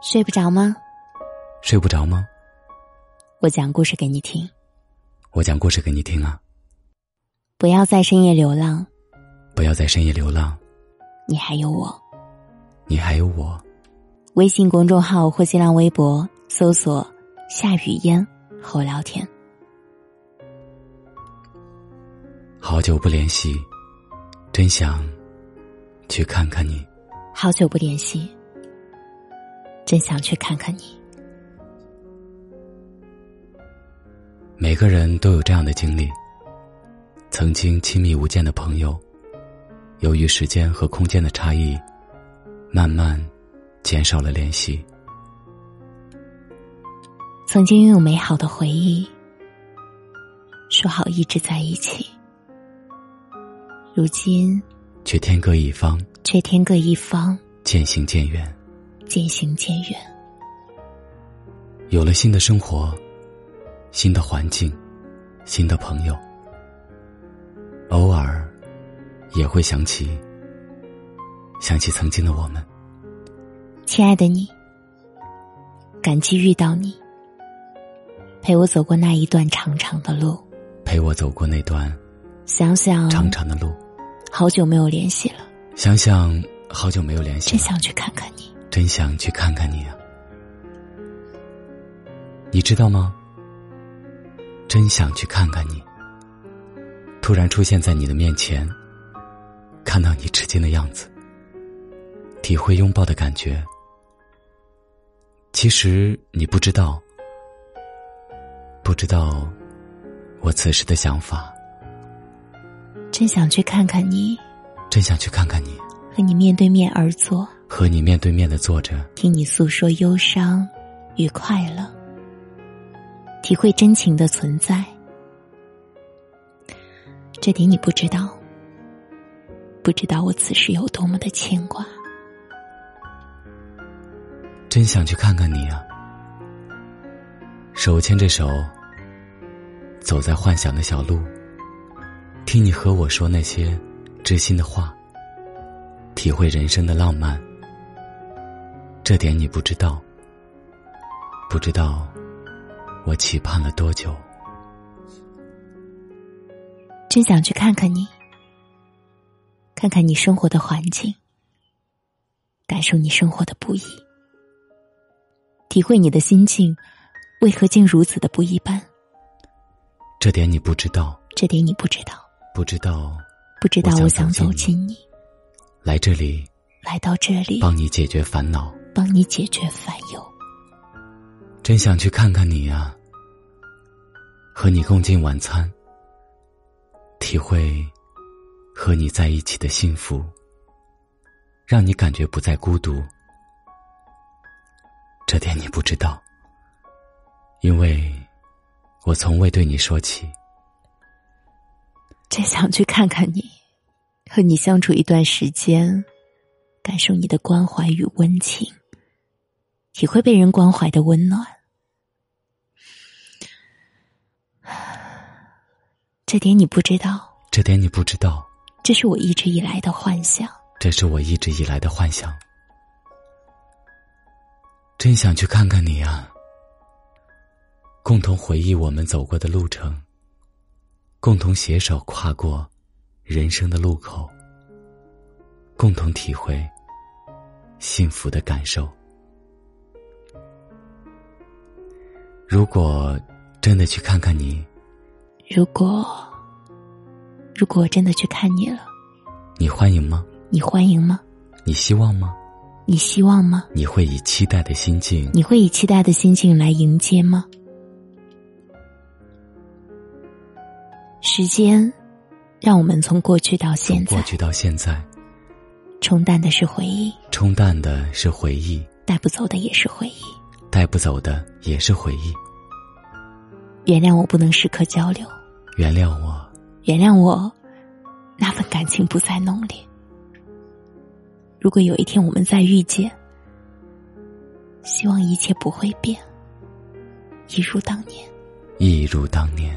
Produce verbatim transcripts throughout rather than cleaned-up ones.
睡不着吗？ 睡不着吗？ 我讲故事给你听。 我讲故事给你听啊。 不要在深夜流浪， 不要在深夜流浪， 你还有我。 你还有我。 微信公众号或新浪微博搜索夏雨嫣和我聊天。 好久不联系，真想去看看你。 好久不联系，真想去看看你。 每个人都有这样的经历，曾经亲密无间的朋友，由于时间和空间的差异，慢慢减少了联系。 曾经拥有美好的回忆，说好一直在一起，如今却天各一方， 却天各一方， 渐行渐远。 渐行渐远。 有了新的生活，新的环境，新的朋友，偶尔也会想起想起曾经的我们。 亲爱的你，感激遇到你，陪我走过那一段长长的路， 陪我走过那段想想长长的路。 好久没有联系了， 想想好久没有联系了， 真想去看看你。 真想去看看你啊。你知道吗？真想去看看你，突然出现在你的面前，看到你吃惊的样子，体会拥抱的感觉。其实你不知道，不知道我此时的想法。 真想去看看你， 真想去看看你， 和你面对面而坐， 和你面对面的坐着， 听你诉说忧伤与快乐，体会真情的存在。这点你不知道，不知道我此时有多么的牵挂。 真想去看看你啊，手牵着手，走在幻想的小路，听你和我说那些知心的话，体会人生的浪漫。这点你不知道，不知道我期盼了多久。 真想去看看你，看看你生活的环境，感受你生活的不易，体会你的心境为何竟如此的不一般。 这点你不知道， 这点你不知道， 不知道不知道我想走进你， 来这里， 来到这里， 帮你解决烦恼， 帮你解决烦忧。 真想去看看你啊，和你共进晚餐，体会和你在一起的幸福，让你感觉不再孤独。这点你不知道，因为我从未对你说起。 真想去看看你，和你相处一段时间，感受你的关怀与温情，体会被人关怀的温暖。这点你不知道， 这点你不知道， 这是我一直以来的幻想， 这是我一直以来的幻想。真想去看看你啊，共同回忆我们走过的路程，共同携手跨过人生的路口，共同体会幸福的感受。如果真的去看看你， 如果如果我真的去看你了， 你欢迎吗？ 你欢迎吗？ 你希望吗？ 你希望吗？ 你会以期待的心境， 你会以期待的心境来迎接吗？时间让我们从过去到现在， 从过去到现在， 冲淡的是回忆， 冲淡的是回忆， 带不走的也是回忆， 带不走的也是回忆。 原谅我不能时刻交流， 原谅我， 原谅我那份感情不再浓烈。如果有一天我们再遇见，希望一切不会变，一如当年， 一如当年。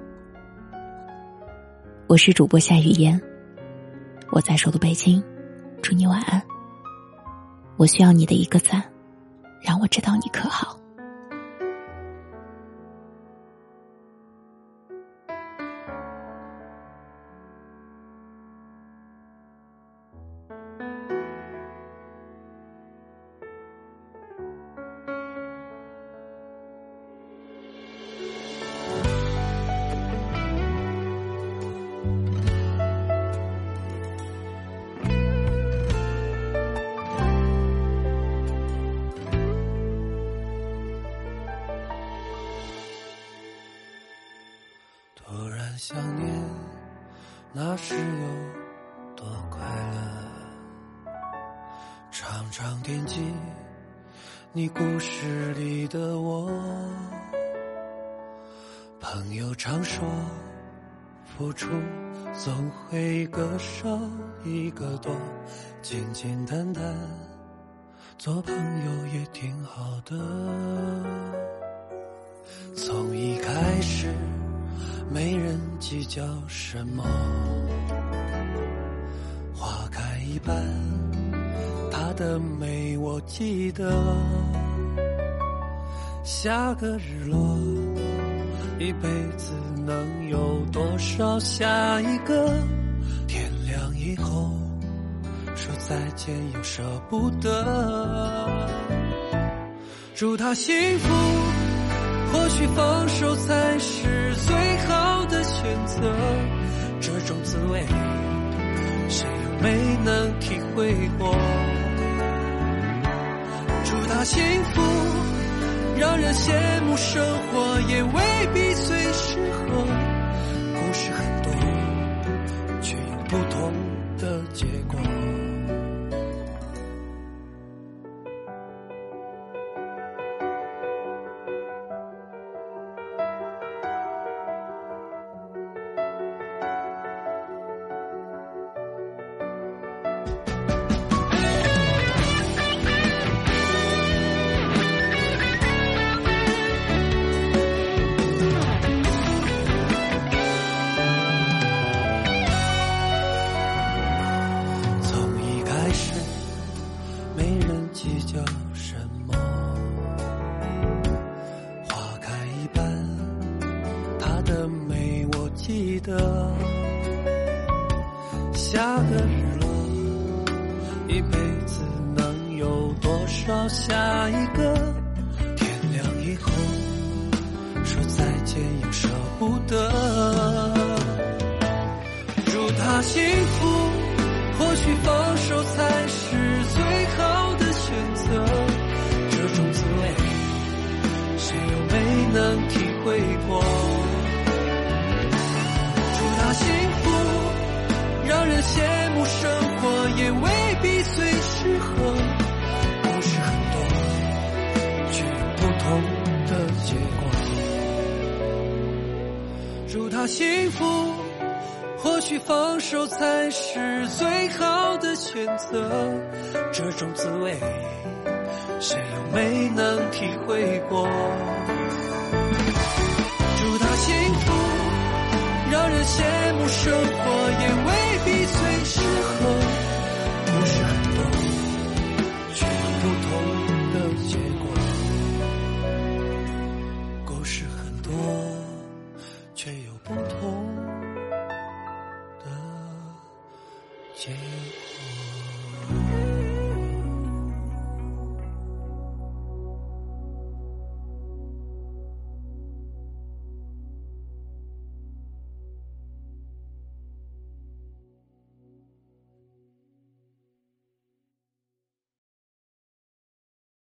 我是主播夏雨嫣，我在首都北京，祝你晚安。我需要你的一个赞， 让我知道你可好。 突然想念那时有多快乐，常常惦记你故事里的我。朋友常说付出总会一个少一个多，简简单单做朋友也挺好的。从一开始没人计较什么，花开一半，它的美我记得。下个日落，一辈子能有多少下一个？天亮以后，说再见又舍不得。祝他幸福，或许放手才是最好的选择，这种滋味谁又没能体会过。祝他幸福，让人羡慕生活也未必最适合。故事很多，却有不同的结果。计较什么？花开一半，它的美我记得。下个日落，一辈子能有多少下一个？天亮以后，说再见又舍不得。祝他幸福，或许放手才是最好的选择，这种滋味谁又没能体会过。祝他幸福，让人羡慕生活也未必最适合。故事很多，却有不同的结果。祝他幸福，或许放手才是最好的选择，这种滋味谁又没能体会过。祝他幸福，让人羡慕生活也未必最适合。故事很多，却有不同的结果。故事很多，却有不同的结果。